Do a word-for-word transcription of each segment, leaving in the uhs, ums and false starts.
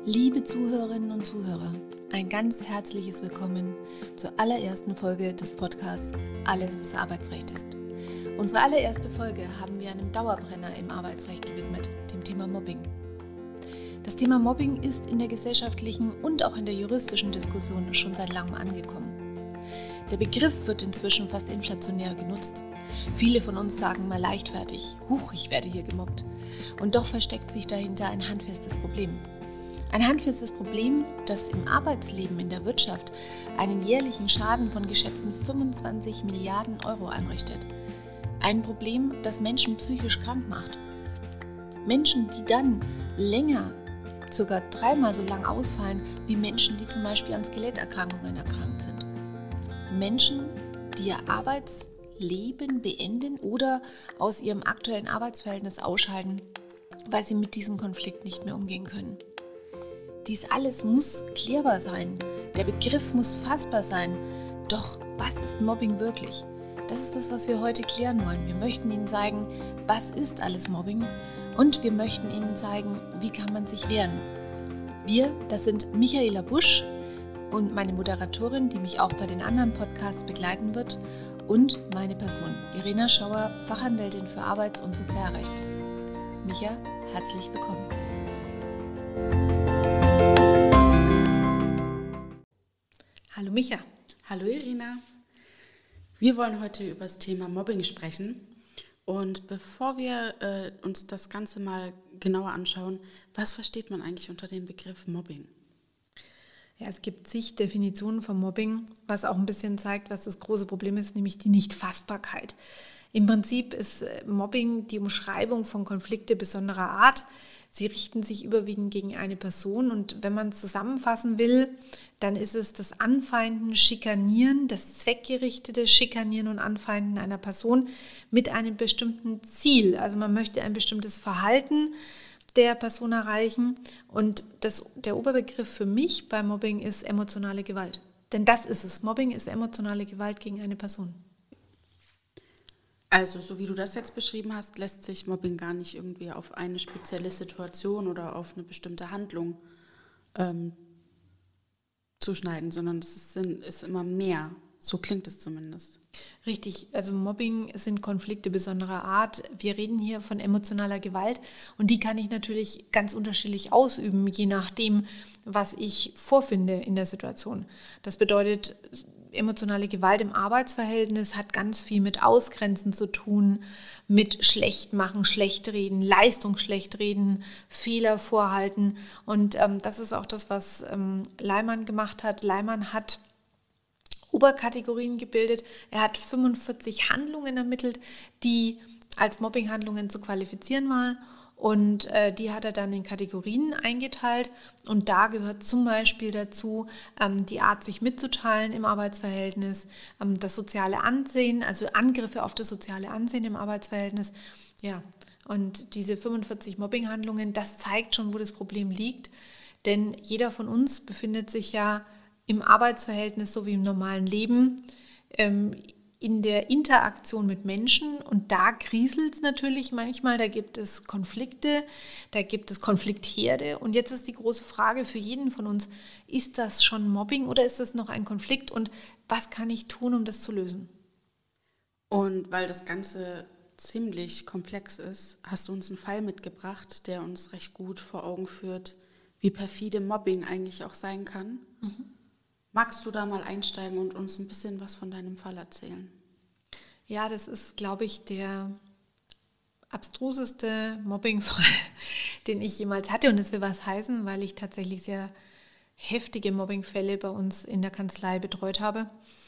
Liebe Zuhörerinnen und Zuhörer, ein ganz herzliches Willkommen zur allerersten Folge des Podcasts Alles, was Arbeitsrecht ist. Unsere allererste Folge haben wir einem Dauerbrenner im Arbeitsrecht gewidmet, dem Thema Mobbing. Das Thema Mobbing ist in der gesellschaftlichen und auch in der juristischen Diskussion schon seit langem angekommen. Der Begriff wird inzwischen fast inflationär genutzt. Viele von uns sagen mal leichtfertig, huch, ich werde hier gemobbt. Und doch versteckt sich dahinter ein handfestes Problem. Ein handfestes Problem, das im Arbeitsleben in der Wirtschaft einen jährlichen Schaden von geschätzten fünfundzwanzig Milliarden Euro anrichtet. Ein Problem, das Menschen psychisch krank macht. Menschen, die dann länger, sogar dreimal so lang ausfallen, wie Menschen, die zum Beispiel an Skeletterkrankungen erkrankt sind. Menschen, die ihr Arbeitsleben beenden oder aus ihrem aktuellen Arbeitsverhältnis ausscheiden, weil sie mit diesem Konflikt nicht mehr umgehen können. Dies alles muss klärbar sein, der Begriff muss fassbar sein. Doch was ist Mobbing wirklich? Das ist das, was wir heute klären wollen. Wir möchten Ihnen zeigen, was ist alles Mobbing, und wir möchten Ihnen zeigen, wie kann man sich wehren. Wir, das sind Michaela Busch und meine Moderatorin, die mich auch bei den anderen Podcasts begleiten wird, und meine Person, Irena Schauer, Fachanwältin für Arbeits- und Sozialrecht. Micha, herzlich willkommen. Hallo Micha. Hallo Irina. Wir wollen heute über das Thema Mobbing sprechen. Und bevor wir äh, uns das Ganze mal genauer anschauen, was versteht man eigentlich unter dem Begriff Mobbing? Ja, es gibt zig Definitionen von Mobbing, was auch ein bisschen zeigt, was das große Problem ist, nämlich die Nichtfassbarkeit. Im Prinzip ist Mobbing die Umschreibung von Konflikten besonderer Art. Sie richten sich überwiegend gegen eine Person, und wenn man es zusammenfassen will, dann ist es das Anfeinden, Schikanieren, das zweckgerichtete Schikanieren und Anfeinden einer Person mit einem bestimmten Ziel. Also man möchte ein bestimmtes Verhalten der Person erreichen, und das, der Oberbegriff für mich bei Mobbing ist emotionale Gewalt. Denn das ist es. Mobbing ist emotionale Gewalt gegen eine Person. Also, so wie du das jetzt beschrieben hast, lässt sich Mobbing gar nicht irgendwie auf eine spezielle Situation oder auf eine bestimmte Handlung ähm, zuschneiden, sondern es ist, ist immer mehr. So klingt es zumindest. Richtig, also Mobbing sind Konflikte besonderer Art. Wir reden hier von emotionaler Gewalt, und die kann ich natürlich ganz unterschiedlich ausüben, je nachdem, was ich vorfinde in der Situation. Das bedeutet, emotionale Gewalt im Arbeitsverhältnis hat ganz viel mit Ausgrenzen zu tun, mit Schlechtmachen, Schlechtreden, Leistung schlechtreden, Fehler vorhalten. Und ähm, das ist auch das, was ähm, Leimann gemacht hat. Leimann hat Oberkategorien gebildet. Er hat fünfundvierzig Handlungen ermittelt, die als Mobbinghandlungen zu qualifizieren waren. Und äh, die hat er dann in Kategorien eingeteilt, und da gehört zum Beispiel dazu ähm, die Art, sich mitzuteilen im Arbeitsverhältnis, ähm, das soziale Ansehen, also Angriffe auf das soziale Ansehen im Arbeitsverhältnis. Ja, und diese fünfundvierzig Mobbinghandlungen, das zeigt schon, wo das Problem liegt, denn jeder von uns befindet sich ja im Arbeitsverhältnis so wie im normalen Leben ähm, in der Interaktion mit Menschen, und da kriselt es natürlich manchmal, da gibt es Konflikte, da gibt es Konfliktherde, und jetzt ist die große Frage für jeden von uns, ist das schon Mobbing oder ist das noch ein Konflikt, und was kann ich tun, um das zu lösen? Und weil das Ganze ziemlich komplex ist, hast du uns einen Fall mitgebracht, der uns recht gut vor Augen führt, wie perfide Mobbing eigentlich auch sein kann. Mhm. Magst du da mal einsteigen und uns ein bisschen was von deinem Fall erzählen? Ja, das ist, glaube ich, der abstruseste Mobbingfall, den ich jemals hatte. Und das will was heißen, weil ich tatsächlich sehr heftige Mobbingfälle bei uns in der Kanzlei betreut habe.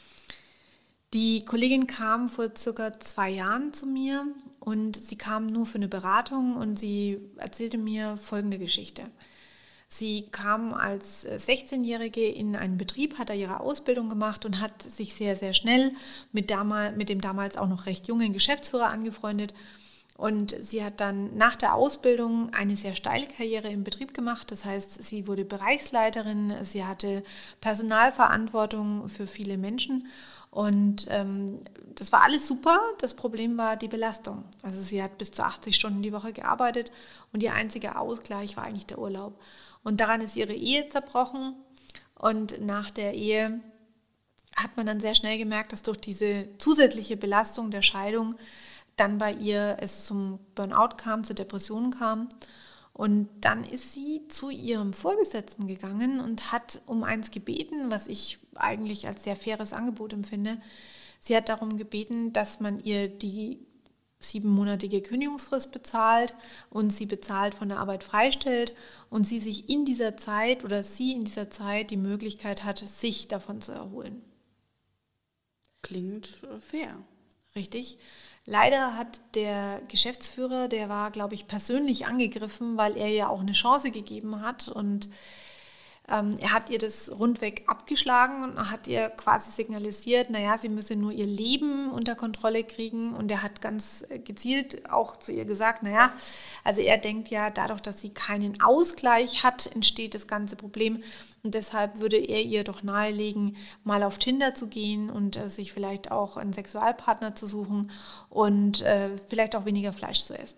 Die Kollegin kam vor circa zwei Jahren zu mir, und sie kam nur für eine Beratung, und sie erzählte mir folgende Geschichte. Sie kam als sechzehnjährige in einen Betrieb, hat da ihre Ausbildung gemacht und hat sich sehr, sehr schnell mit, damal, mit dem damals auch noch recht jungen Geschäftsführer angefreundet. Und sie hat dann nach der Ausbildung eine sehr steile Karriere im Betrieb gemacht. Das heißt, sie wurde Bereichsleiterin, sie hatte Personalverantwortung für viele Menschen. Und ähm, das war alles super. Das Problem war die Belastung. Also sie hat bis zu achtzig Stunden die Woche gearbeitet und ihr einziger Ausgleich war eigentlich der Urlaub. Und daran ist ihre Ehe zerbrochen. Und nach der Ehe hat man dann sehr schnell gemerkt, dass durch diese zusätzliche Belastung der Scheidung dann bei ihr es zum Burnout kam, zur Depression kam. Und dann ist sie zu ihrem Vorgesetzten gegangen und hat um eins gebeten, was ich eigentlich als sehr faires Angebot empfinde. Sie hat darum gebeten, dass man ihr die siebenmonatige Kündigungsfrist bezahlt und sie bezahlt von der Arbeit freistellt und sie sich in dieser Zeit oder sie in dieser Zeit die Möglichkeit hat, sich davon zu erholen. Klingt fair. Richtig. Leider hat der Geschäftsführer, der war, glaube ich, persönlich angegriffen, weil er ihr auch eine Chance gegeben hat und ähm, er hat ihr das rundweg abgeschlagen und hat ihr quasi signalisiert, naja, sie müsse nur ihr Leben unter Kontrolle kriegen und er hat ganz gezielt auch zu ihr gesagt, naja, also er denkt ja, dadurch, dass sie keinen Ausgleich hat, entsteht das ganze Problem und deshalb würde er ihr doch nahelegen, mal auf Tinder zu gehen und äh, sich vielleicht auch einen Sexualpartner zu suchen und äh, vielleicht auch weniger Fleisch zu essen.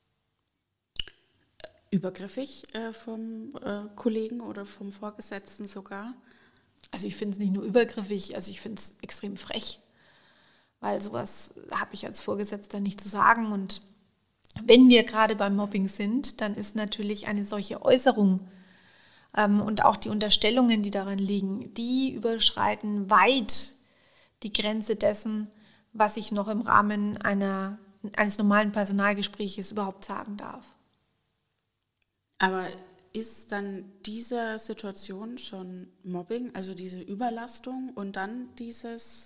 Übergriffig äh, vom äh, Kollegen oder vom Vorgesetzten sogar? Also ich finde es nicht nur übergriffig, also ich finde es extrem frech, weil sowas habe ich als Vorgesetzter nicht zu sagen. Und wenn wir gerade beim Mobbing sind, dann ist natürlich eine solche Äußerung ähm, und auch die Unterstellungen, die daran liegen, die überschreiten weit die Grenze dessen, was ich noch im Rahmen einer, eines normalen Personalgespräches überhaupt sagen darf. Aber ist dann diese Situation schon Mobbing, also diese Überlastung und dann dieses,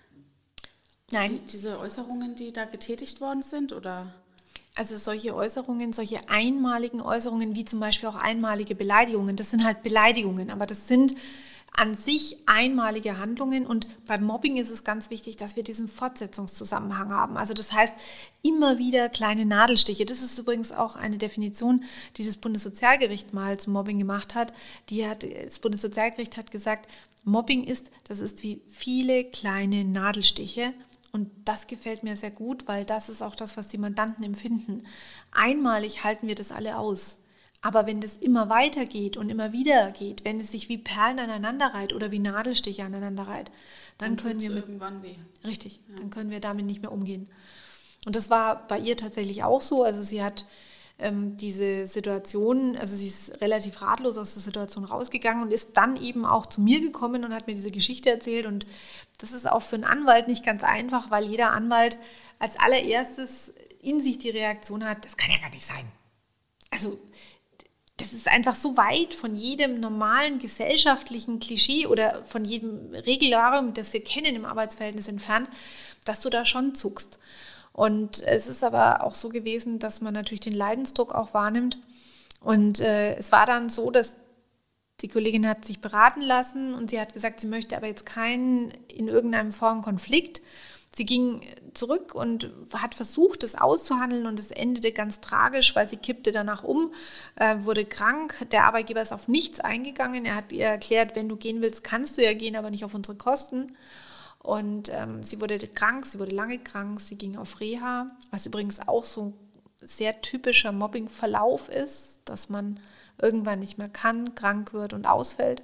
Nein. Die, diese Äußerungen, die da getätigt worden sind, oder? Also solche Äußerungen, solche einmaligen Äußerungen, wie zum Beispiel auch einmalige Beleidigungen, das sind halt Beleidigungen, aber das sind an sich einmalige Handlungen und beim Mobbing ist es ganz wichtig, dass wir diesen Fortsetzungszusammenhang haben. Also das heißt, immer wieder kleine Nadelstiche. Das ist übrigens auch eine Definition, die das Bundessozialgericht mal zum Mobbing gemacht hat. Die hat das Bundessozialgericht hat gesagt, Mobbing ist, das ist wie viele kleine Nadelstiche. Und das gefällt mir sehr gut, weil das ist auch das, was die Mandanten empfinden. Einmalig halten wir das alle aus. Aber wenn das immer weitergeht und immer wieder geht, wenn es sich wie Perlen aneinander reiht oder wie Nadelstiche aneinander reiht, dann, dann können wir mit, irgendwann weh. Richtig, ja. Dann können wir damit nicht mehr umgehen. Und das war bei ihr tatsächlich auch so. Also sie hat ähm, diese Situation, also sie ist relativ ratlos aus der Situation rausgegangen und ist dann eben auch zu mir gekommen und hat mir diese Geschichte erzählt. Und das ist auch für einen Anwalt nicht ganz einfach, weil jeder Anwalt als allererstes in sich die Reaktion hat, das kann ja gar nicht sein. Also das ist einfach so weit von jedem normalen gesellschaftlichen Klischee oder von jedem Regularium, das wir kennen im Arbeitsverhältnis entfernt, dass du da schon zuckst. Und es ist aber auch so gewesen, dass man natürlich den Leidensdruck auch wahrnimmt. Und äh, es war dann so, dass die Kollegin hat sich beraten lassen und sie hat gesagt, sie möchte aber jetzt keinen in irgendeinem Form Konflikt. Sie ging zurück und hat versucht, das auszuhandeln und es endete ganz tragisch, weil sie kippte danach um, äh, wurde krank. Der Arbeitgeber ist auf nichts eingegangen. Er hat ihr erklärt, wenn du gehen willst, kannst du ja gehen, aber nicht auf unsere Kosten. Und ähm, sie wurde krank, sie wurde lange krank, sie ging auf Reha, was übrigens auch so ein sehr typischer Mobbingverlauf ist, dass man irgendwann nicht mehr kann, krank wird und ausfällt.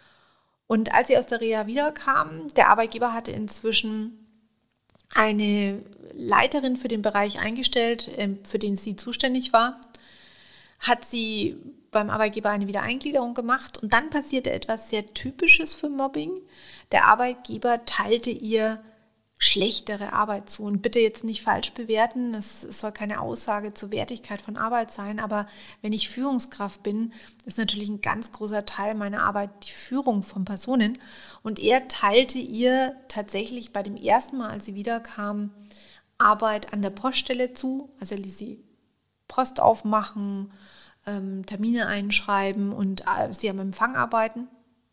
Und als sie aus der Reha wiederkam, der Arbeitgeber hatte inzwischen eine Leiterin für den Bereich eingestellt, für den sie zuständig war, hat sie beim Arbeitgeber eine Wiedereingliederung gemacht und dann passierte etwas sehr Typisches für Mobbing. Der Arbeitgeber teilte ihr schlechtere Arbeit zu und bitte jetzt nicht falsch bewerten, es soll keine Aussage zur Wertigkeit von Arbeit sein, aber wenn ich Führungskraft bin, ist natürlich ein ganz großer Teil meiner Arbeit die Führung von Personen und er teilte ihr tatsächlich bei dem ersten Mal, als sie wiederkam, Arbeit an der Poststelle zu, also er ließ sie Post aufmachen, ähm, Termine einschreiben und äh, sie am Empfang arbeiten.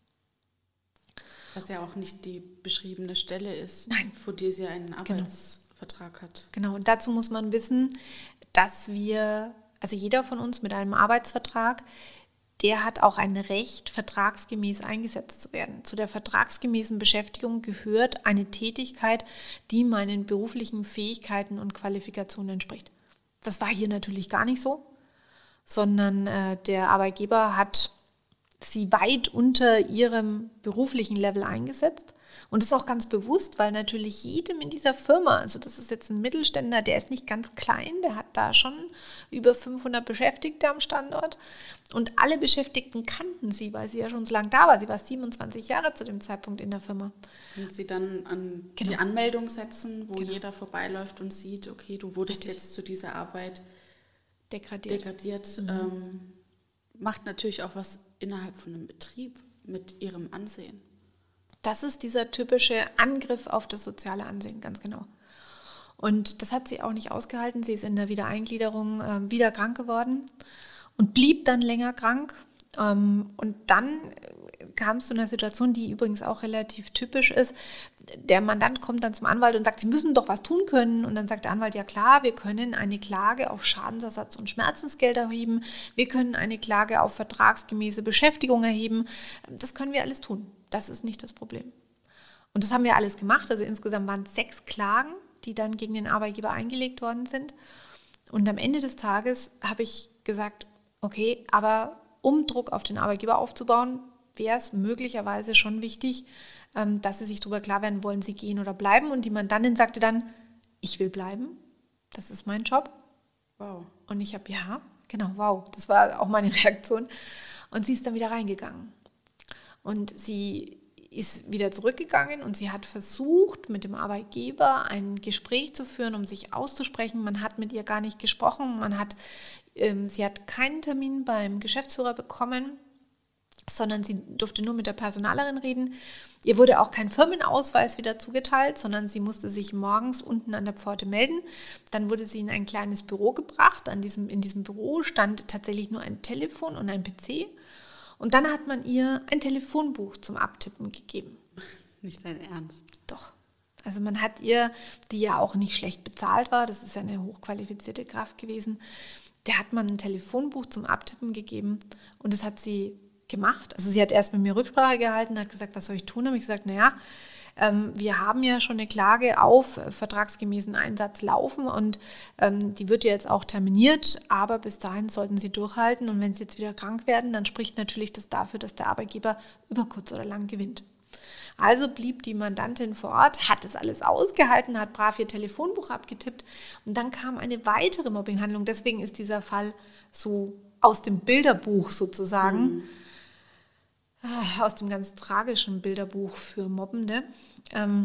Was ja auch nicht die beschriebene Stelle ist, Nein. für die sie einen Arbeitsvertrag genau. hat. Genau, und dazu muss man wissen, dass wir, also jeder von uns mit einem Arbeitsvertrag, der hat auch ein Recht, vertragsgemäß eingesetzt zu werden. Zu der vertragsgemäßen Beschäftigung gehört eine Tätigkeit, die meinen beruflichen Fähigkeiten und Qualifikationen entspricht. Das war hier natürlich gar nicht so, sondern äh, der Arbeitgeber hat sie weit unter ihrem beruflichen Level eingesetzt. Und das ist auch ganz bewusst, weil natürlich jedem in dieser Firma, also das ist jetzt ein Mittelständler, der ist nicht ganz klein, der hat da schon über fünfhundert Beschäftigte am Standort. Und alle Beschäftigten kannten sie, weil sie ja schon so lange da war. Sie war siebenundzwanzig Jahre zu dem Zeitpunkt in der Firma. Und sie dann an Genau. die Anmeldung setzen, wo Genau. jeder vorbeiläuft und sieht, okay, du wurdest Richtig. jetzt zu dieser Arbeit Degradiert. degradiert. Mhm. Ähm, macht natürlich auch was innerhalb von einem Betrieb mit ihrem Ansehen. Das ist dieser typische Angriff auf das soziale Ansehen, ganz genau. Und das hat sie auch nicht ausgehalten. Sie ist in der Wiedereingliederung äh, wieder krank geworden und blieb dann länger krank. Ähm, und dann kam es zu einer Situation, die übrigens auch relativ typisch ist. Der Mandant kommt dann zum Anwalt und sagt, Sie müssen doch was tun können. Und dann sagt der Anwalt, ja klar, wir können eine Klage auf Schadensersatz und Schmerzensgeld erheben. Wir können eine Klage auf vertragsgemäße Beschäftigung erheben. Das können wir alles tun. Das ist nicht das Problem. Und das haben wir alles gemacht. Also insgesamt waren es sechs Klagen, die dann gegen den Arbeitgeber eingelegt worden sind. Und am Ende des Tages habe ich gesagt, okay, aber um Druck auf den Arbeitgeber aufzubauen, wäre es möglicherweise schon wichtig, dass sie sich darüber klar werden, wollen sie gehen oder bleiben. Und die Mandantin sagte dann, ich will bleiben, das ist mein Job. Wow. Und ich habe, ja, genau, wow, das war auch meine Reaktion. Und sie ist dann wieder reingegangen. Und sie ist wieder zurückgegangen und sie hat versucht, mit dem Arbeitgeber ein Gespräch zu führen, um sich auszusprechen. Man hat mit ihr gar nicht gesprochen. Man hat, ähm, sie hat keinen Termin beim Geschäftsführer bekommen, sondern sie durfte nur mit der Personalerin reden. Ihr wurde auch kein Firmenausweis wieder zugeteilt, sondern sie musste sich morgens unten an der Pforte melden. Dann wurde sie in ein kleines Büro gebracht. An diesem, in diesem Büro stand tatsächlich nur ein Telefon und ein P C. Und dann hat man ihr ein Telefonbuch zum Abtippen gegeben. Nicht dein Ernst? Doch. Also man hat ihr, die ja auch nicht schlecht bezahlt war, das ist ja eine hochqualifizierte Kraft gewesen, der hat man ein Telefonbuch zum Abtippen gegeben und das hat sie gemacht. Also sie hat erst mit mir Rücksprache gehalten, hat gesagt, was soll ich tun? Habe ich gesagt, naja, ähm, wir haben ja schon eine Klage auf äh, vertragsgemäßen Einsatz laufen und ähm, die wird ja jetzt auch terminiert, aber bis dahin sollten Sie durchhalten und wenn Sie jetzt wieder krank werden, dann spricht natürlich das dafür, dass der Arbeitgeber über kurz oder lang gewinnt. Also blieb die Mandantin vor Ort, hat das alles ausgehalten, hat brav ihr Telefonbuch abgetippt und dann kam eine weitere Mobbinghandlung. Deswegen ist dieser Fall so aus dem Bilderbuch sozusagen, mhm. aus dem ganz tragischen Bilderbuch für Mobbende. Ähm,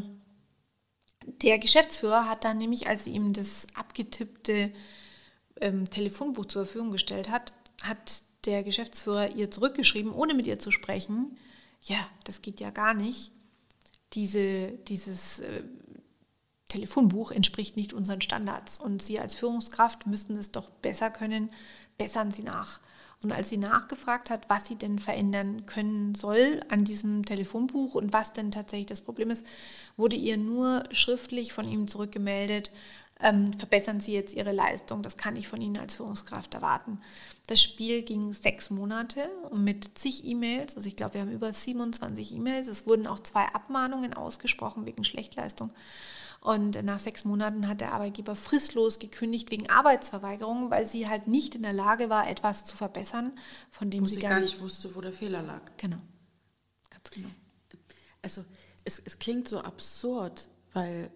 der Geschäftsführer hat dann nämlich, als sie ihm das abgetippte ähm, Telefonbuch zur Verfügung gestellt hat, hat der Geschäftsführer ihr zurückgeschrieben, ohne mit ihr zu sprechen, ja, das geht ja gar nicht. Diese, dieses äh, Telefonbuch entspricht nicht unseren Standards und Sie als Führungskraft müssten es doch besser können, bessern Sie nach. Und als sie nachgefragt hat, was sie denn verändern können soll an diesem Telefonbuch und was denn tatsächlich das Problem ist, wurde ihr nur schriftlich von ihm zurückgemeldet, ähm, verbessern Sie jetzt Ihre Leistung, das kann ich von Ihnen als Führungskraft erwarten. Das Spiel ging sechs Monate mit zig E-Mails, also ich glaube, wir haben über siebenundzwanzig E-Mails, es wurden auch zwei Abmahnungen ausgesprochen wegen Schlechtleistung. Und nach sechs Monaten hat der Arbeitgeber fristlos gekündigt wegen Arbeitsverweigerung, weil sie halt nicht in der Lage war, etwas zu verbessern, von dem wo sie sie gar, gar nicht, nicht wusste, wo der Fehler lag. Genau, ganz genau. Also es, es klingt so absurd, weil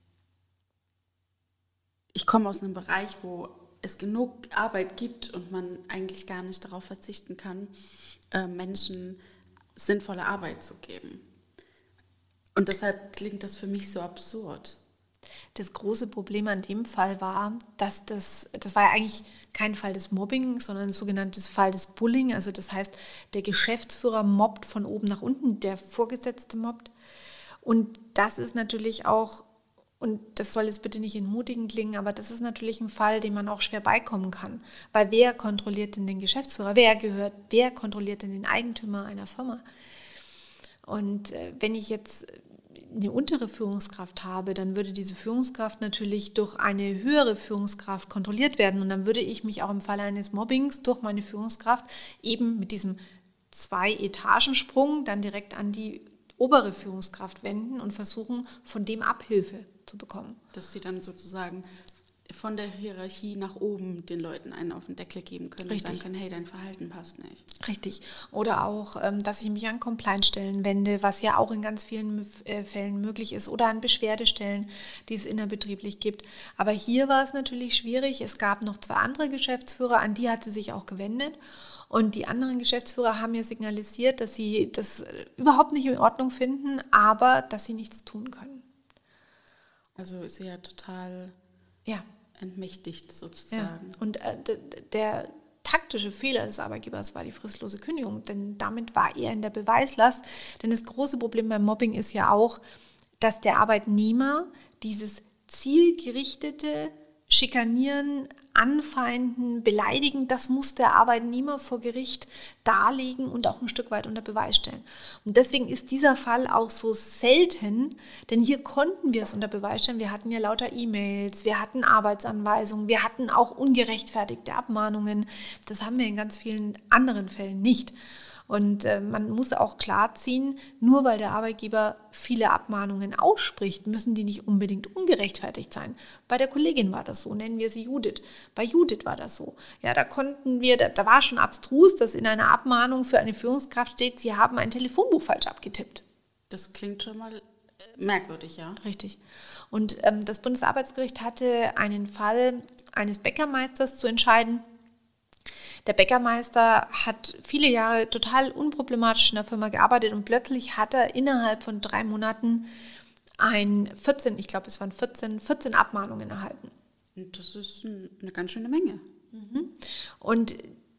ich komme aus einem Bereich, wo es genug Arbeit gibt und man eigentlich gar nicht darauf verzichten kann, äh, Menschen sinnvolle Arbeit zu geben. Und deshalb klingt das für mich so absurd. Das große Problem an dem Fall war, dass das, das war ja eigentlich kein Fall des Mobbing, sondern ein sogenanntes Fall des Bullying. Also das heißt, der Geschäftsführer mobbt von oben nach unten, der Vorgesetzte mobbt. Und das ist natürlich auch, und das soll jetzt bitte nicht entmutigend klingen, aber das ist natürlich ein Fall, dem man auch schwer beikommen kann. Weil wer kontrolliert denn den Geschäftsführer? Wer gehört, wer kontrolliert denn den Eigentümer einer Firma? Und äh, wenn ich jetzt eine untere Führungskraft habe, dann würde diese Führungskraft natürlich durch eine höhere Führungskraft kontrolliert werden. Und dann würde ich mich auch im Falle eines Mobbings durch meine Führungskraft eben mit diesem Zwei-Etagen-Sprung dann direkt an die obere Führungskraft wenden und versuchen, von dem Abhilfe zu bekommen. Dass sie dann sozusagen von der Hierarchie nach oben den Leuten einen auf den Deckel geben können. Richtig. Und sagen können, hey, dein Verhalten passt nicht. Richtig. Oder auch, dass ich mich an Compliance-Stellen wende, was ja auch in ganz vielen Fällen möglich ist, oder an Beschwerdestellen, die es innerbetrieblich gibt. Aber hier war es natürlich schwierig. Es gab noch zwei andere Geschäftsführer, an die hat sie sich auch gewendet. Und die anderen Geschäftsführer haben mir signalisiert, dass sie das überhaupt nicht in Ordnung finden, aber dass sie nichts tun können. Also ist sie ja total ja. entmächtigt sozusagen. Ja. Und äh, d- der taktische Fehler des Arbeitgebers war die fristlose Kündigung, denn damit war er in der Beweislast. Denn das große Problem beim Mobbing ist ja auch, dass der Arbeitnehmer dieses zielgerichtete Schikanieren, Anfeinden, Beleidigen, das muss der Arbeitnehmer vor Gericht darlegen und auch ein Stück weit unter Beweis stellen. Und deswegen ist dieser Fall auch so selten, denn hier konnten wir es unter Beweis stellen. Wir hatten ja lauter E-Mails, wir hatten Arbeitsanweisungen, wir hatten auch ungerechtfertigte Abmahnungen. Das haben wir in ganz vielen anderen Fällen nicht. Und äh, man muss auch klarziehen, nur weil der Arbeitgeber viele Abmahnungen ausspricht, müssen die nicht unbedingt ungerechtfertigt sein. Bei der Kollegin war das so, nennen wir sie Judith. Bei Judith war das so. Ja, da konnten wir, da, da war schon abstrus, dass in einer Abmahnung für eine Führungskraft steht, sie haben ein Telefonbuch falsch abgetippt. Das klingt schon mal merkwürdig, ja. Richtig. Und ähm, das Bundesarbeitsgericht hatte einen Fall eines Bäckermeisters zu entscheiden. Der Bäckermeister hat viele Jahre total unproblematisch in der Firma gearbeitet und plötzlich hat er innerhalb von drei Monaten ein vierzehn, ich glaube es waren vierzehn, vierzehn Abmahnungen erhalten. Und das ist eine ganz schöne Menge. Mhm. Und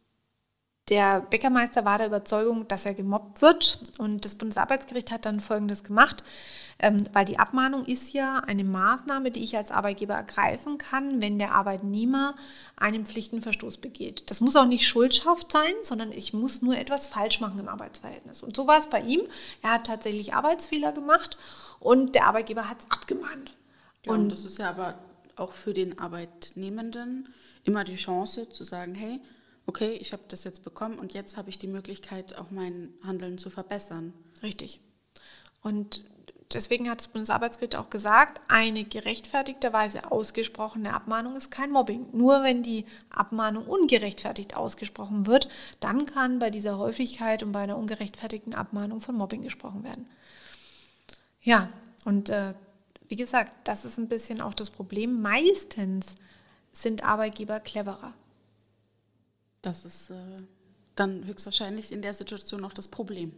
der Bäckermeister war der Überzeugung, dass er gemobbt wird, und das Bundesarbeitsgericht hat dann Folgendes gemacht, ähm, weil die Abmahnung ist ja eine Maßnahme, die ich als Arbeitgeber ergreifen kann, wenn der Arbeitnehmer einen Pflichtenverstoß begeht. Das muss auch nicht Schuldschaft sein, sondern ich muss nur etwas falsch machen im Arbeitsverhältnis. Und so war es bei ihm. Er hat tatsächlich Arbeitsfehler gemacht und der Arbeitgeber hat es abgemahnt. Ja, und, und das ist ja aber auch für den Arbeitnehmenden immer die Chance zu sagen, hey, okay, ich habe das jetzt bekommen und jetzt habe ich die Möglichkeit, auch mein Handeln zu verbessern. Richtig. Und deswegen hat das Bundesarbeitsgericht auch gesagt, eine gerechtfertigterweise ausgesprochene Abmahnung ist kein Mobbing. Nur wenn die Abmahnung ungerechtfertigt ausgesprochen wird, dann kann bei dieser Häufigkeit und bei einer ungerechtfertigten Abmahnung von Mobbing gesprochen werden. Ja, und äh, wie gesagt, das ist ein bisschen auch das Problem. Meistens sind Arbeitgeber cleverer. Das ist äh, dann höchstwahrscheinlich in der Situation auch das Problem.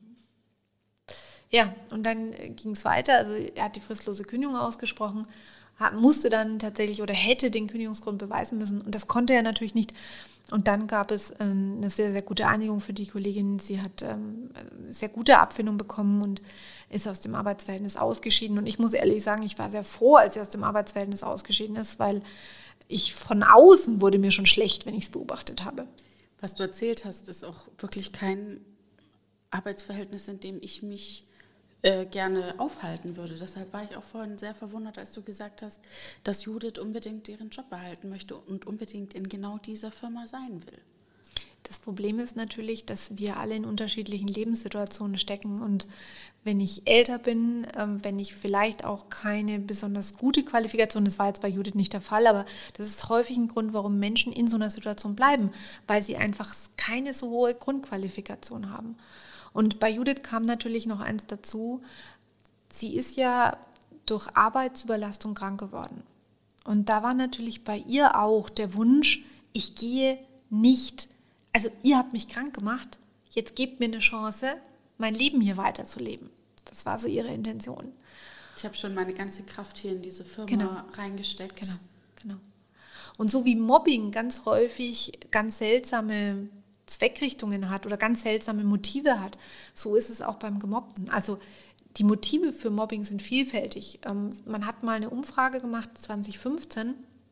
Ja, und dann ging es weiter. Also er hat die fristlose Kündigung ausgesprochen, hat, musste dann tatsächlich oder hätte den Kündigungsgrund beweisen müssen. Und das konnte er natürlich nicht. Und dann gab es ähm, eine sehr, sehr gute Einigung für die Kollegin. Sie hat ähm, eine sehr gute Abfindung bekommen und ist aus dem Arbeitsverhältnis ausgeschieden. Und ich muss ehrlich sagen, ich war sehr froh, als sie aus dem Arbeitsverhältnis ausgeschieden ist, weil ich von außen wurde mir schon schlecht, wenn ich es beobachtet habe. Was du erzählt hast, ist auch wirklich kein Arbeitsverhältnis, in dem ich mich äh, gerne aufhalten würde. Deshalb war ich auch vorhin sehr verwundert, als du gesagt hast, dass Judith unbedingt ihren Job behalten möchte und unbedingt in genau dieser Firma sein will. Das Problem ist natürlich, dass wir alle in unterschiedlichen Lebenssituationen stecken, und wenn ich älter bin, ähm, wenn ich vielleicht auch keine besonders gute Qualifikation, das war jetzt bei Judith nicht der Fall, aber das ist häufig ein Grund, warum Menschen in so einer Situation bleiben, weil sie einfach keine so hohe Grundqualifikation haben. Und bei Judith kam natürlich noch eins dazu, sie ist ja durch Arbeitsüberlastung krank geworden. Und da war natürlich bei ihr auch der Wunsch, ich gehe nicht, also ihr habt mich krank gemacht, jetzt gebt mir eine Chance, mein Leben hier weiterzuleben. Das war so ihre Intention. Ich habe schon meine ganze Kraft hier in diese Firma genau. reingesteckt. Genau, genau. Und so wie Mobbing ganz häufig ganz seltsame Zweckrichtungen hat oder ganz seltsame Motive hat, so ist es auch beim Gemobbten. Also die Motive für Mobbing sind vielfältig. Ähm, man hat mal eine Umfrage gemacht, zwanzig fünfzehn,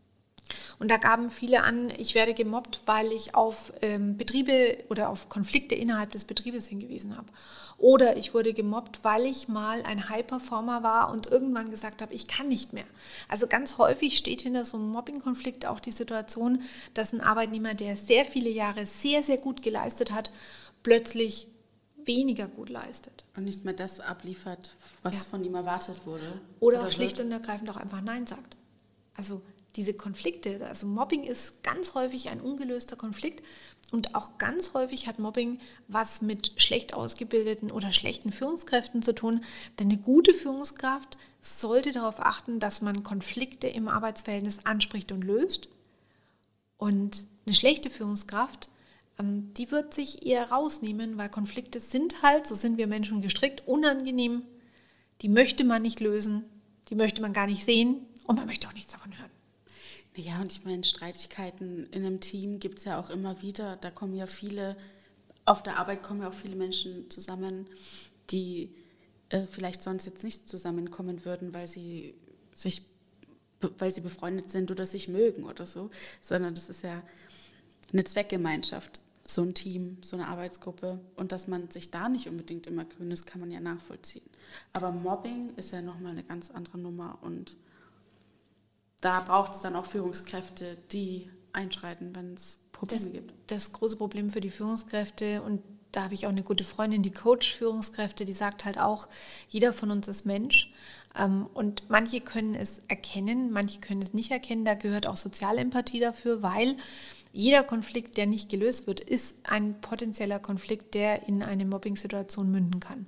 Und da gaben viele an, ich werde gemobbt, weil ich auf ähm, Betriebe oder auf Konflikte innerhalb des Betriebes hingewiesen habe. Oder ich wurde gemobbt, weil ich mal ein High-Performer war und irgendwann gesagt habe, ich kann nicht mehr. Also ganz häufig steht hinter so einem Mobbing-Konflikt auch die Situation, dass ein Arbeitnehmer, der sehr viele Jahre sehr, sehr gut geleistet hat, plötzlich weniger gut leistet. Und nicht mehr das abliefert, was ja. von ihm erwartet wurde. Oder, oder auch schlicht und ergreifend auch einfach Nein sagt. Also diese Konflikte, also Mobbing ist ganz häufig ein ungelöster Konflikt und auch ganz häufig hat Mobbing was mit schlecht ausgebildeten oder schlechten Führungskräften zu tun, denn eine gute Führungskraft sollte darauf achten, dass man Konflikte im Arbeitsverhältnis anspricht und löst, und eine schlechte Führungskraft, ähm, die wird sich eher rausnehmen, weil Konflikte sind halt, so sind wir Menschen gestrickt, unangenehm, die möchte man nicht lösen, die möchte man gar nicht sehen und man möchte auch nichts davon hören. Ja, und ich meine, Streitigkeiten in einem Team gibt es ja auch immer wieder. Da kommen ja viele, auf der Arbeit kommen ja auch viele Menschen zusammen, die äh, vielleicht sonst jetzt nicht zusammenkommen würden, weil sie sich, weil sie befreundet sind oder sich mögen oder so, sondern das ist ja eine Zweckgemeinschaft, so ein Team, so eine Arbeitsgruppe. Und dass man sich da nicht unbedingt immer grün ist, kann man ja nachvollziehen. Aber Mobbing ist ja nochmal eine ganz andere Nummer und da braucht es dann auch Führungskräfte, die einschreiten, wenn es Probleme das, gibt. Das große Problem für die Führungskräfte, und da habe ich auch eine gute Freundin, die Coach Führungskräfte, die sagt halt auch, jeder von uns ist Mensch. Und manche können es erkennen, manche können es nicht erkennen. Da gehört auch Sozialempathie dafür, weil jeder Konflikt, der nicht gelöst wird, ist ein potenzieller Konflikt, der in eine Mobbing-Situation münden kann.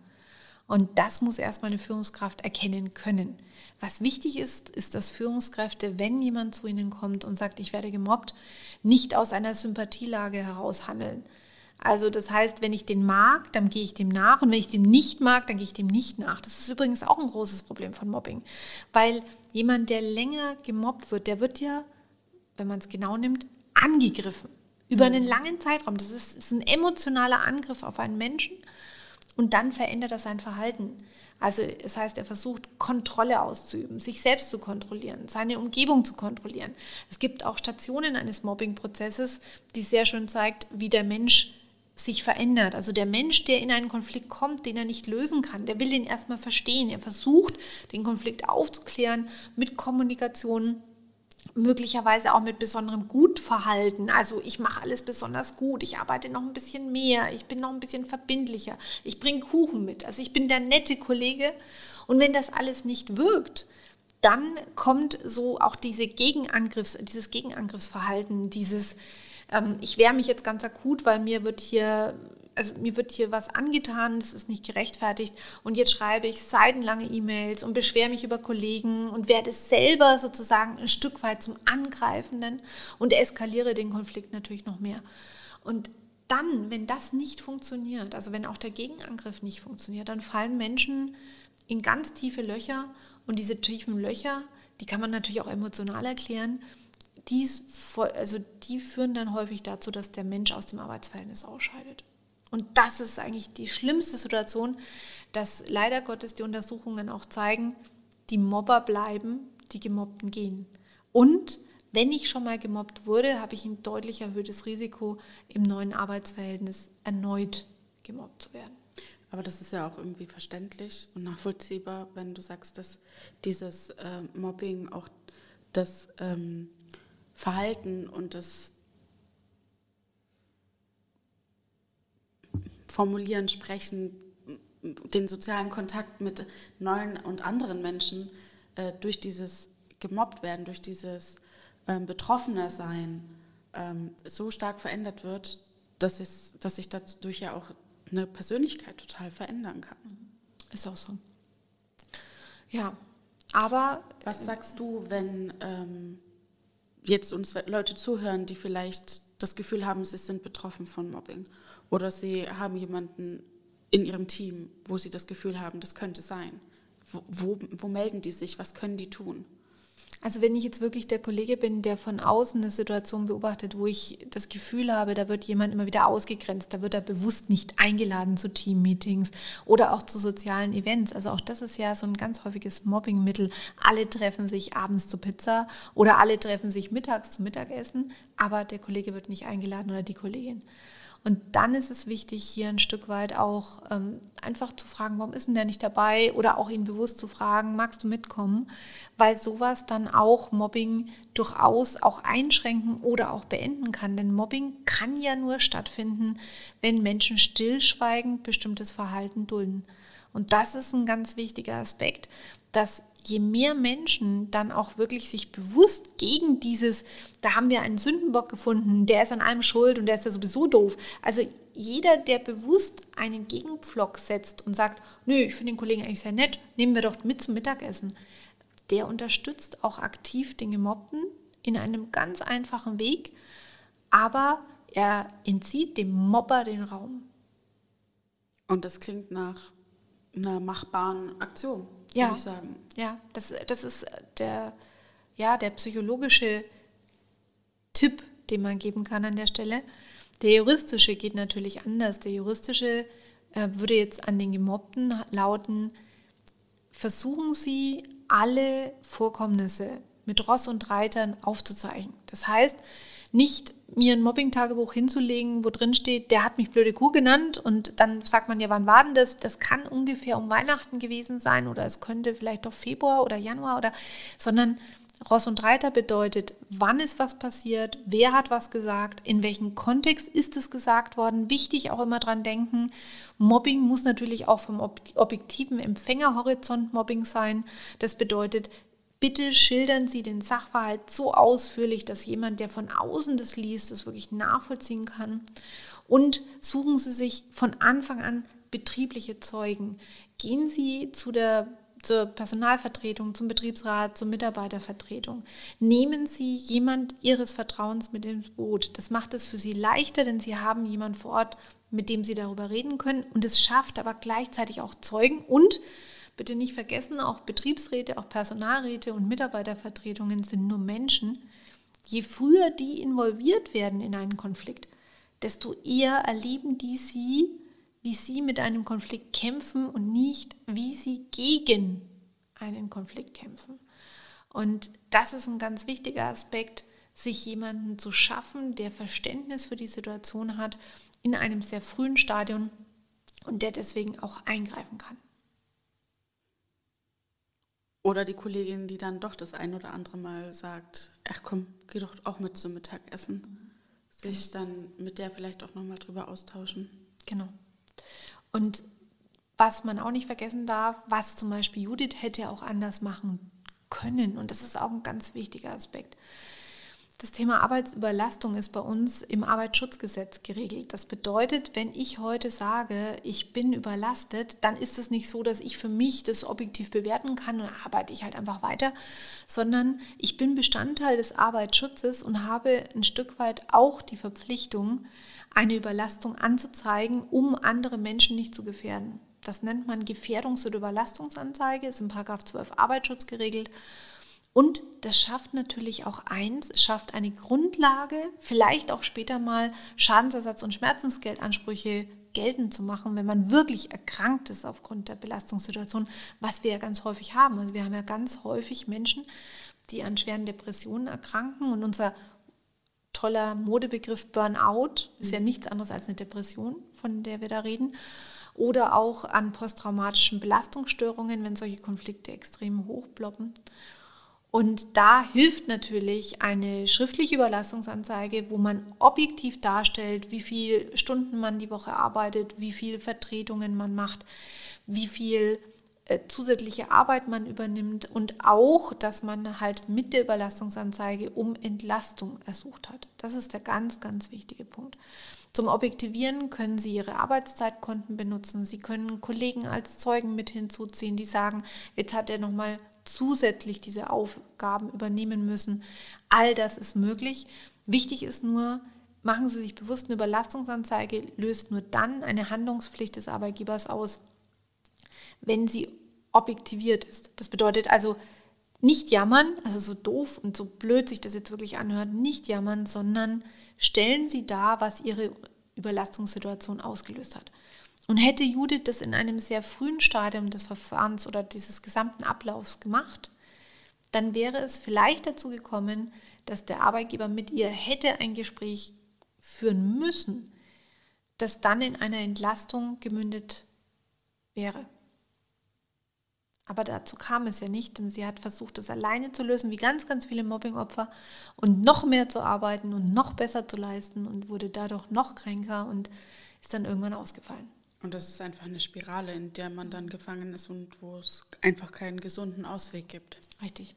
Und das muss erstmal eine Führungskraft erkennen können. Was wichtig ist, ist, dass Führungskräfte, wenn jemand zu ihnen kommt und sagt, ich werde gemobbt, nicht aus einer Sympathielage heraus handeln. Also das heißt, wenn ich den mag, dann gehe ich dem nach, und wenn ich den nicht mag, dann gehe ich dem nicht nach. Das ist übrigens auch ein großes Problem von Mobbing, weil jemand, der länger gemobbt wird, der wird ja, wenn man es genau nimmt, angegriffen. Über einen langen Zeitraum. Das ist, ist ein emotionaler Angriff auf einen Menschen. Und dann verändert er sein Verhalten. Also das heißt, er versucht, Kontrolle auszuüben, sich selbst zu kontrollieren, seine Umgebung zu kontrollieren. Es gibt auch Stationen eines Mobbing-Prozesses, die sehr schön zeigt, wie der Mensch sich verändert. Also der Mensch, der in einen Konflikt kommt, den er nicht lösen kann, der will den erstmal verstehen. Er versucht, den Konflikt aufzuklären mit Kommunikation, möglicherweise auch mit besonderem Gutverhalten. Also ich mache alles besonders gut, ich arbeite noch ein bisschen mehr, ich bin noch ein bisschen verbindlicher, ich bringe Kuchen mit, also ich bin der nette Kollege. Und wenn das alles nicht wirkt, dann kommt so auch diese Gegenangriffs, dieses Gegenangriffsverhalten, dieses ähm, ich wehre mich jetzt ganz akut, weil mir wird hier Also mir wird hier was angetan, das ist nicht gerechtfertigt, und jetzt schreibe ich seitenlange E-Mails und beschwere mich über Kollegen und werde selber sozusagen ein Stück weit zum Angreifenden und eskaliere den Konflikt natürlich noch mehr. Und dann, wenn das nicht funktioniert, also wenn auch der Gegenangriff nicht funktioniert, dann fallen Menschen in ganz tiefe Löcher, und diese tiefen Löcher, die kann man natürlich auch emotional erklären, die, also die führen dann häufig dazu, dass der Mensch aus dem Arbeitsverhältnis ausscheidet. Und das ist eigentlich die schlimmste Situation, dass leider Gottes die Untersuchungen auch zeigen, die Mobber bleiben, die Gemobbten gehen. Und wenn ich schon mal gemobbt wurde, habe ich ein deutlich erhöhtes Risiko, im neuen Arbeitsverhältnis erneut gemobbt zu werden. Aber das ist ja auch irgendwie verständlich und nachvollziehbar, wenn du sagst, dass dieses äh, Mobbing auch das ähm, Verhalten und das Formulieren, Sprechen, den sozialen Kontakt mit neuen und anderen Menschen äh, durch dieses gemobbt werden, durch dieses ähm, Betroffener sein ähm, so stark verändert wird, dass, es, dass sich dadurch ja auch eine Persönlichkeit total verändern kann. Ist auch so. Ja, aber... Was sagst du, wenn ähm, jetzt uns Leute zuhören, die vielleicht das Gefühl haben, sie sind betroffen von Mobbing? Oder sie haben jemanden in ihrem Team, wo sie das Gefühl haben, das könnte sein. Wo, wo, wo melden die sich? Was können die tun? Also wenn ich jetzt wirklich der Kollege bin, der von außen eine Situation beobachtet, wo ich das Gefühl habe, da wird jemand immer wieder ausgegrenzt, da wird er bewusst nicht eingeladen zu Teammeetings oder auch zu sozialen Events. Also auch das ist ja so ein ganz häufiges Mobbingmittel. Alle treffen sich abends zur Pizza oder alle treffen sich mittags zum Mittagessen, aber der Kollege wird nicht eingeladen oder die Kollegin. Und dann ist es wichtig, hier ein Stück weit auch ähm, einfach zu fragen, warum ist denn der nicht dabei? Oder auch ihn bewusst zu fragen, magst du mitkommen? Weil sowas dann auch Mobbing durchaus auch einschränken oder auch beenden kann. Denn Mobbing kann ja nur stattfinden, wenn Menschen stillschweigend bestimmtes Verhalten dulden. Und das ist ein ganz wichtiger Aspekt, dass je mehr Menschen dann auch wirklich sich bewusst gegen dieses, da haben wir einen Sündenbock gefunden, der ist an allem schuld und der ist ja sowieso doof. Also jeder, der bewusst einen Gegenpflock setzt und sagt, nö, ich finde den Kollegen eigentlich sehr nett, nehmen wir doch mit zum Mittagessen, der unterstützt auch aktiv den Gemobbten in einem ganz einfachen Weg, aber er entzieht dem Mobber den Raum. Und das klingt nach einer machbaren Aktion. Ja, würde ich sagen. Ja, das, das ist der, ja, der psychologische Tipp, den man geben kann an der Stelle. Der juristische geht natürlich anders. Der juristische äh, würde jetzt an den Gemobbten lauten, versuchen Sie, alle Vorkommnisse mit Ross und Reitern aufzuzeichnen. Das heißt, nicht mir ein Mobbing-Tagebuch hinzulegen, wo drin steht, der hat mich blöde Kuh genannt und dann sagt man ja, wann war denn das? Das kann ungefähr um Weihnachten gewesen sein oder es könnte vielleicht doch Februar oder Januar oder, sondern Ross und Reiter bedeutet, wann ist was passiert, wer hat was gesagt, in welchem Kontext ist es gesagt worden. Wichtig auch immer dran denken, Mobbing muss natürlich auch vom objektiven Empfängerhorizont Mobbing sein. Das bedeutet, bitte schildern Sie den Sachverhalt so ausführlich, dass jemand, der von außen das liest, das wirklich nachvollziehen kann. Und suchen Sie sich von Anfang an betriebliche Zeugen. Gehen Sie zu der, zur Personalvertretung, zum Betriebsrat, zur Mitarbeitervertretung. Nehmen Sie jemand Ihres Vertrauens mit ins Boot. Das macht es für Sie leichter, denn Sie haben jemanden vor Ort, mit dem Sie darüber reden können. Und es schafft aber gleichzeitig auch Zeugen und bitte nicht vergessen, auch Betriebsräte, auch Personalräte und Mitarbeitervertretungen sind nur Menschen. Je früher die involviert werden in einen Konflikt, desto eher erleben die sie, wie sie mit einem Konflikt kämpfen und nicht, wie sie gegen einen Konflikt kämpfen. Und das ist ein ganz wichtiger Aspekt, sich jemanden zu schaffen, der Verständnis für die Situation hat in einem sehr frühen Stadium und der deswegen auch eingreifen kann. Oder die Kollegin, die dann doch das ein oder andere Mal sagt, ach komm, geh doch auch mit zum Mittagessen. Sich genau. dann mit der vielleicht auch nochmal drüber austauschen. Genau. Und was man auch nicht vergessen darf, was zum Beispiel Judith hätte auch anders machen können. Und das ist auch ein ganz wichtiger Aspekt. Das Thema Arbeitsüberlastung ist bei uns im Arbeitsschutzgesetz geregelt. Das bedeutet, wenn ich heute sage, ich bin überlastet, dann ist es nicht so, dass ich für mich das objektiv bewerten kann und dann arbeite ich halt einfach weiter, sondern ich bin Bestandteil des Arbeitsschutzes und habe ein Stück weit auch die Verpflichtung, eine Überlastung anzuzeigen, um andere Menschen nicht zu gefährden. Das nennt man Gefährdungs- oder Überlastungsanzeige, ist in Paragraph zwölf Arbeitsschutz geregelt. Und das schafft natürlich auch eins, es schafft eine Grundlage, vielleicht auch später mal Schadensersatz- und Schmerzensgeldansprüche geltend zu machen, wenn man wirklich erkrankt ist aufgrund der Belastungssituation, was wir ja ganz häufig haben. Also wir haben ja ganz häufig Menschen, die an schweren Depressionen erkranken und unser toller Modebegriff Burnout ist ja nichts anderes als eine Depression, von der wir da reden. Oder auch an posttraumatischen Belastungsstörungen, wenn solche Konflikte extrem hochploppen. Und da hilft natürlich eine schriftliche Überlastungsanzeige, wo man objektiv darstellt, wie viele Stunden man die Woche arbeitet, wie viele Vertretungen man macht, wie viel äh, zusätzliche Arbeit man übernimmt und auch, dass man halt mit der Überlastungsanzeige um Entlastung ersucht hat. Das ist der ganz, ganz wichtige Punkt. Zum Objektivieren können Sie Ihre Arbeitszeitkonten benutzen. Sie können Kollegen als Zeugen mit hinzuziehen, die sagen, jetzt hat er nochmal zusätzlich diese Aufgaben übernehmen müssen. All das ist möglich. Wichtig ist nur, machen Sie sich bewusst, eine Überlastungsanzeige löst nur dann eine Handlungspflicht des Arbeitgebers aus, wenn sie objektiviert ist. Das bedeutet also, nicht jammern, also so doof und so blöd sich das jetzt wirklich anhört, nicht jammern, sondern stellen Sie dar, was Ihre Überlastungssituation ausgelöst hat. Und hätte Judith das in einem sehr frühen Stadium des Verfahrens oder dieses gesamten Ablaufs gemacht, dann wäre es vielleicht dazu gekommen, dass der Arbeitgeber mit ihr hätte ein Gespräch führen müssen, das dann in einer Entlastung gemündet wäre. Aber dazu kam es ja nicht, denn sie hat versucht, das alleine zu lösen, wie ganz, ganz viele Mobbingopfer und noch mehr zu arbeiten und noch besser zu leisten und wurde dadurch noch kränker und ist dann irgendwann ausgefallen. Und das ist einfach eine Spirale, in der man dann gefangen ist und wo es einfach keinen gesunden Ausweg gibt. Richtig.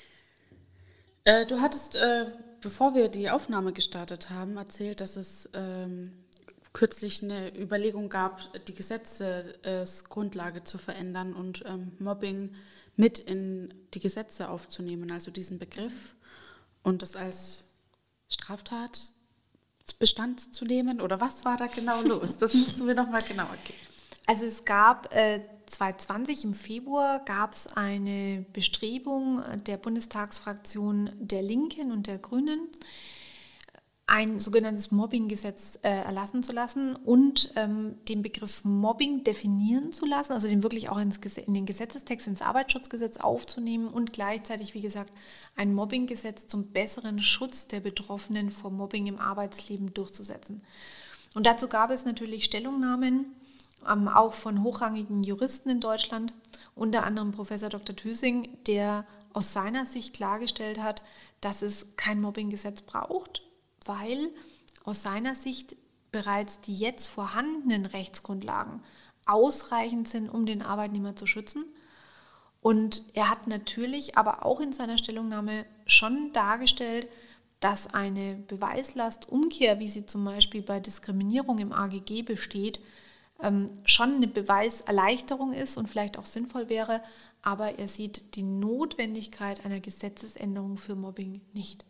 Äh, du hattest, äh, bevor wir die Aufnahme gestartet haben, erzählt, dass es ähm, kürzlich eine Überlegung gab, die Gesetzesgrundlage zu verändern und ähm, Mobbing mit in die Gesetze aufzunehmen, also diesen Begriff und das als Straftatbestand zu nehmen. Oder was war da genau los? Das musst du mir noch mal genau erklären. Also es gab äh, zwanzig zwanzig im Februar gab es eine Bestrebung der Bundestagsfraktion der Linken und der Grünen, ein sogenanntes Mobbinggesetz äh, erlassen zu lassen und ähm, den Begriff Mobbing definieren zu lassen, also den wirklich auch ins, in den Gesetzestext, ins Arbeitsschutzgesetz aufzunehmen und gleichzeitig, wie gesagt, ein Mobbinggesetz zum besseren Schutz der Betroffenen vor Mobbing im Arbeitsleben durchzusetzen. Und dazu gab es natürlich Stellungnahmen, ähm, auch von hochrangigen Juristen in Deutschland, unter anderem Professor Doktor Thüssing, der aus seiner Sicht klargestellt hat, dass es kein Mobbinggesetz braucht, weil aus seiner Sicht bereits die jetzt vorhandenen Rechtsgrundlagen ausreichend sind, um den Arbeitnehmer zu schützen. Und er hat natürlich aber auch in seiner Stellungnahme schon dargestellt, dass eine Beweislastumkehr, wie sie zum Beispiel bei Diskriminierung im A G G besteht, schon eine Beweiserleichterung ist und vielleicht auch sinnvoll wäre, aber er sieht die Notwendigkeit einer Gesetzesänderung für Mobbing nicht.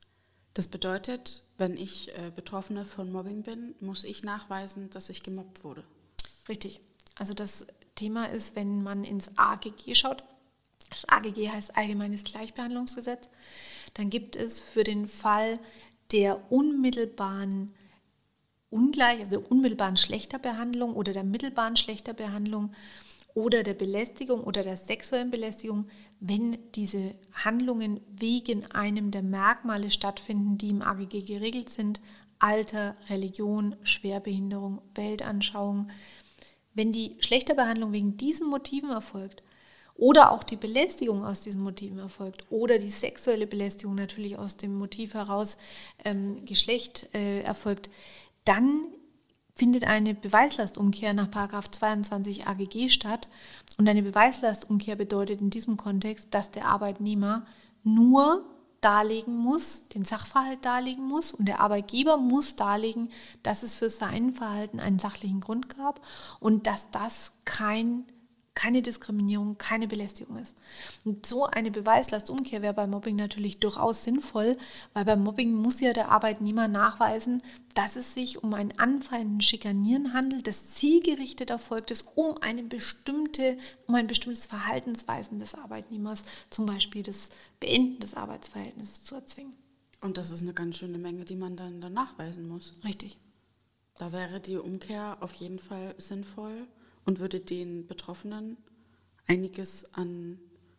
Das bedeutet, wenn ich äh, Betroffene von Mobbing bin, muss ich nachweisen, dass ich gemobbt wurde. Richtig. Also das Thema ist, wenn man ins A G G schaut, das A G G heißt Allgemeines Gleichbehandlungsgesetz, dann gibt es für den Fall der unmittelbaren Ungleich, also der unmittelbaren schlechter Behandlung oder der mittelbaren schlechter Behandlung oder der Belästigung oder der sexuellen Belästigung, wenn diese Handlungen wegen einem der Merkmale stattfinden, die im A G G geregelt sind, Alter, Religion, Schwerbehinderung, Weltanschauung. Wenn die schlechte Behandlung wegen diesen Motiven erfolgt oder auch die Belästigung aus diesen Motiven erfolgt oder die sexuelle Belästigung natürlich aus dem Motiv heraus ähm, Geschlecht äh, erfolgt, dann findet eine Beweislastumkehr nach Paragraph zweiundzwanzig A G G statt. Und eine Beweislastumkehr bedeutet in diesem Kontext, dass der Arbeitnehmer nur darlegen muss, den Sachverhalt darlegen muss und der Arbeitgeber muss darlegen, dass es für sein Verhalten einen sachlichen Grund gab und dass das kein keine Diskriminierung, keine Belästigung ist. Und so eine Beweislastumkehr wäre bei Mobbing natürlich durchaus sinnvoll, weil beim Mobbing muss ja der Arbeitnehmer nachweisen, dass es sich um ein Anfeinden, Schikanieren handelt, das zielgerichtet erfolgt ist, um eine bestimmte, um ein bestimmtes Verhaltensweisen des Arbeitnehmers, zum Beispiel das Beenden des Arbeitsverhältnisses, zu erzwingen. Und das ist eine ganz schöne Menge, die man dann, dann nachweisen muss. Richtig. Da wäre die Umkehr auf jeden Fall sinnvoll und würde den Betroffenen einiges an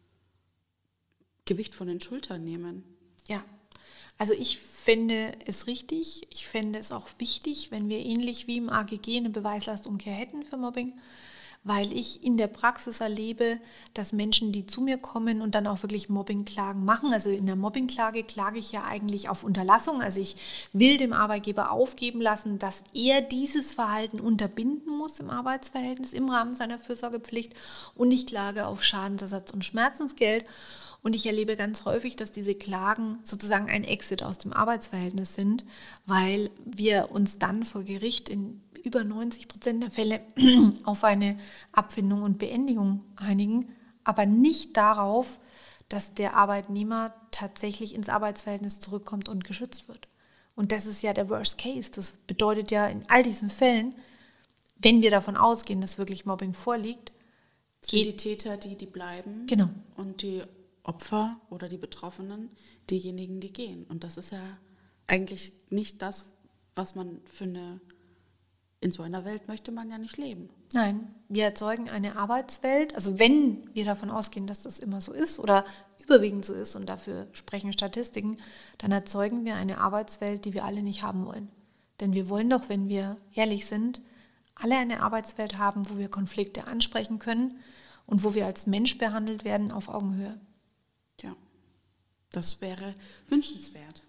Gewicht von den Schultern nehmen. Ja, also ich fände es richtig, ich fände es auch wichtig, wenn wir ähnlich wie im A G G eine Beweislastumkehr hätten für Mobbing, weil ich in der Praxis erlebe, dass Menschen, die zu mir kommen und dann auch wirklich Mobbingklagen machen, also in der Mobbingklage klage ich ja eigentlich auf Unterlassung, also ich will dem Arbeitgeber aufgeben lassen, dass er dieses Verhalten unterbinden muss im Arbeitsverhältnis im Rahmen seiner Fürsorgepflicht und ich klage auf Schadensersatz und Schmerzensgeld. Und ich erlebe ganz häufig, dass diese Klagen sozusagen ein Exit aus dem Arbeitsverhältnis sind, weil wir uns dann vor Gericht in über neunzig Prozent der Fälle auf eine Abfindung und Beendigung einigen, aber nicht darauf, dass der Arbeitnehmer tatsächlich ins Arbeitsverhältnis zurückkommt und geschützt wird. Und das ist ja der Worst Case. Das bedeutet ja in all diesen Fällen, wenn wir davon ausgehen, dass wirklich Mobbing vorliegt, sind die Täter, die, die bleiben. Genau. Und die Opfer oder die Betroffenen diejenigen, die gehen. Und das ist ja eigentlich nicht das, was man für eine, in so einer Welt möchte man ja nicht leben. Nein, wir erzeugen eine Arbeitswelt, also wenn wir davon ausgehen, dass das immer so ist oder überwiegend so ist und dafür sprechen Statistiken, dann erzeugen wir eine Arbeitswelt, die wir alle nicht haben wollen. Denn wir wollen doch, wenn wir ehrlich sind, alle eine Arbeitswelt haben, wo wir Konflikte ansprechen können und wo wir als Mensch behandelt werden auf Augenhöhe. Ja, das wäre wünschenswert.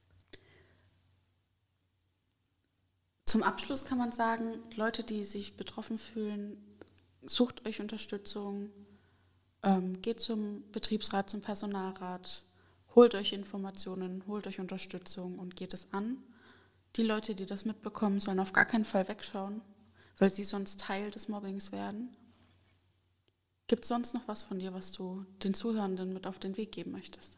Zum Abschluss kann man sagen, Leute, die sich betroffen fühlen, sucht euch Unterstützung, ähm, geht zum Betriebsrat, zum Personalrat, holt euch Informationen, holt euch Unterstützung und geht es an. Die Leute, die das mitbekommen, sollen auf gar keinen Fall wegschauen, weil sie sonst Teil des Mobbings werden. Gibt es sonst noch was von dir, was du den Zuhörenden mit auf den Weg geben möchtest?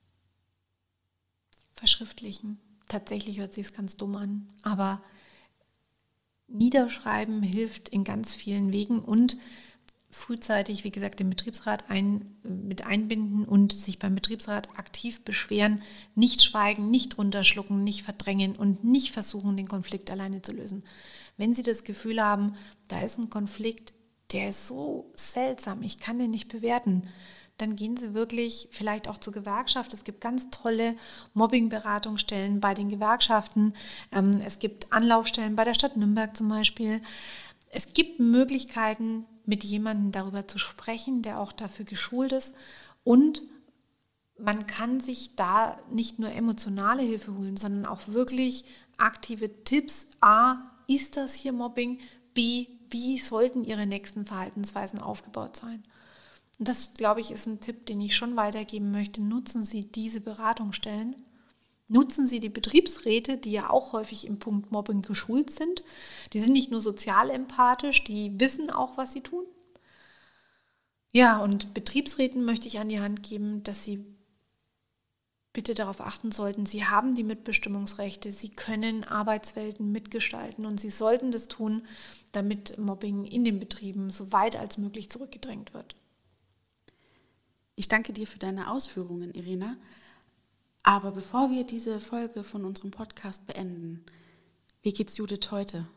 Verschriftlichen. Tatsächlich hört sich es ganz dumm an, aber Niederschreiben hilft in ganz vielen Wegen und frühzeitig, wie gesagt, den Betriebsrat ein, mit einbinden und sich beim Betriebsrat aktiv beschweren, nicht schweigen, nicht runterschlucken, nicht verdrängen und nicht versuchen, den Konflikt alleine zu lösen. Wenn Sie das Gefühl haben, da ist ein Konflikt, der ist so seltsam, ich kann den nicht bewerten, dann gehen Sie wirklich vielleicht auch zur Gewerkschaft. Es gibt ganz tolle Mobbing-Beratungsstellen bei den Gewerkschaften. Es gibt Anlaufstellen bei der Stadt Nürnberg zum Beispiel. Es gibt Möglichkeiten, mit jemandem darüber zu sprechen, der auch dafür geschult ist. Und man kann sich da nicht nur emotionale Hilfe holen, sondern auch wirklich aktive Tipps. A, ist das hier Mobbing? B, wie sollten Ihre nächsten Verhaltensweisen aufgebaut sein? Und das, glaube ich, ist ein Tipp, den ich schon weitergeben möchte. Nutzen Sie diese Beratungsstellen. Nutzen Sie die Betriebsräte, die ja auch häufig im Punkt Mobbing geschult sind. Die sind nicht nur sozial empathisch, die wissen auch, was sie tun. Ja, und Betriebsräten möchte ich an die Hand geben, dass sie bitte darauf achten sollten, sie haben die Mitbestimmungsrechte, sie können Arbeitswelten mitgestalten und sie sollten das tun, damit Mobbing in den Betrieben so weit als möglich zurückgedrängt wird. Ich danke dir für deine Ausführungen, Irina. Aber bevor wir diese Folge von unserem Podcast beenden, wie geht's Judith heute?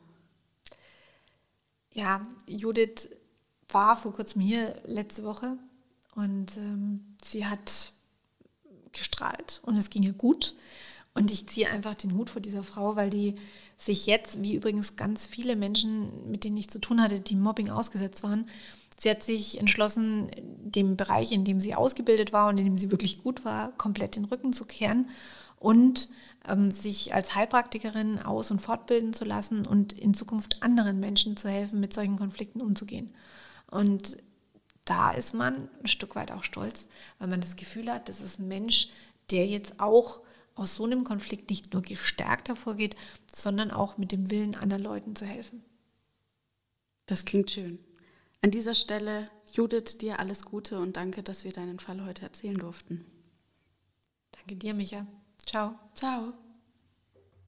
Ja, Judith war vor kurzem hier letzte Woche und ähm, sie hat gestrahlt und es ging ihr gut. Und ich ziehe einfach den Hut vor dieser Frau, weil die sich jetzt, wie übrigens ganz viele Menschen, mit denen ich zu tun hatte, die Mobbing ausgesetzt waren, sie hat sich entschlossen, dem Bereich, in dem sie ausgebildet war und in dem sie wirklich gut war, komplett den Rücken zu kehren und ähm, sich als Heilpraktikerin aus- und fortbilden zu lassen und in Zukunft anderen Menschen zu helfen, mit solchen Konflikten umzugehen. Und da ist man ein Stück weit auch stolz, weil man das Gefühl hat, das ist ein Mensch, der jetzt auch aus so einem Konflikt nicht nur gestärkt hervorgeht, sondern auch mit dem Willen, anderen Leuten zu helfen. Das klingt schön. An dieser Stelle, Judith, dir alles Gute und danke, dass wir deinen Fall heute erzählen durften. Danke dir, Micha. Ciao. Ciao.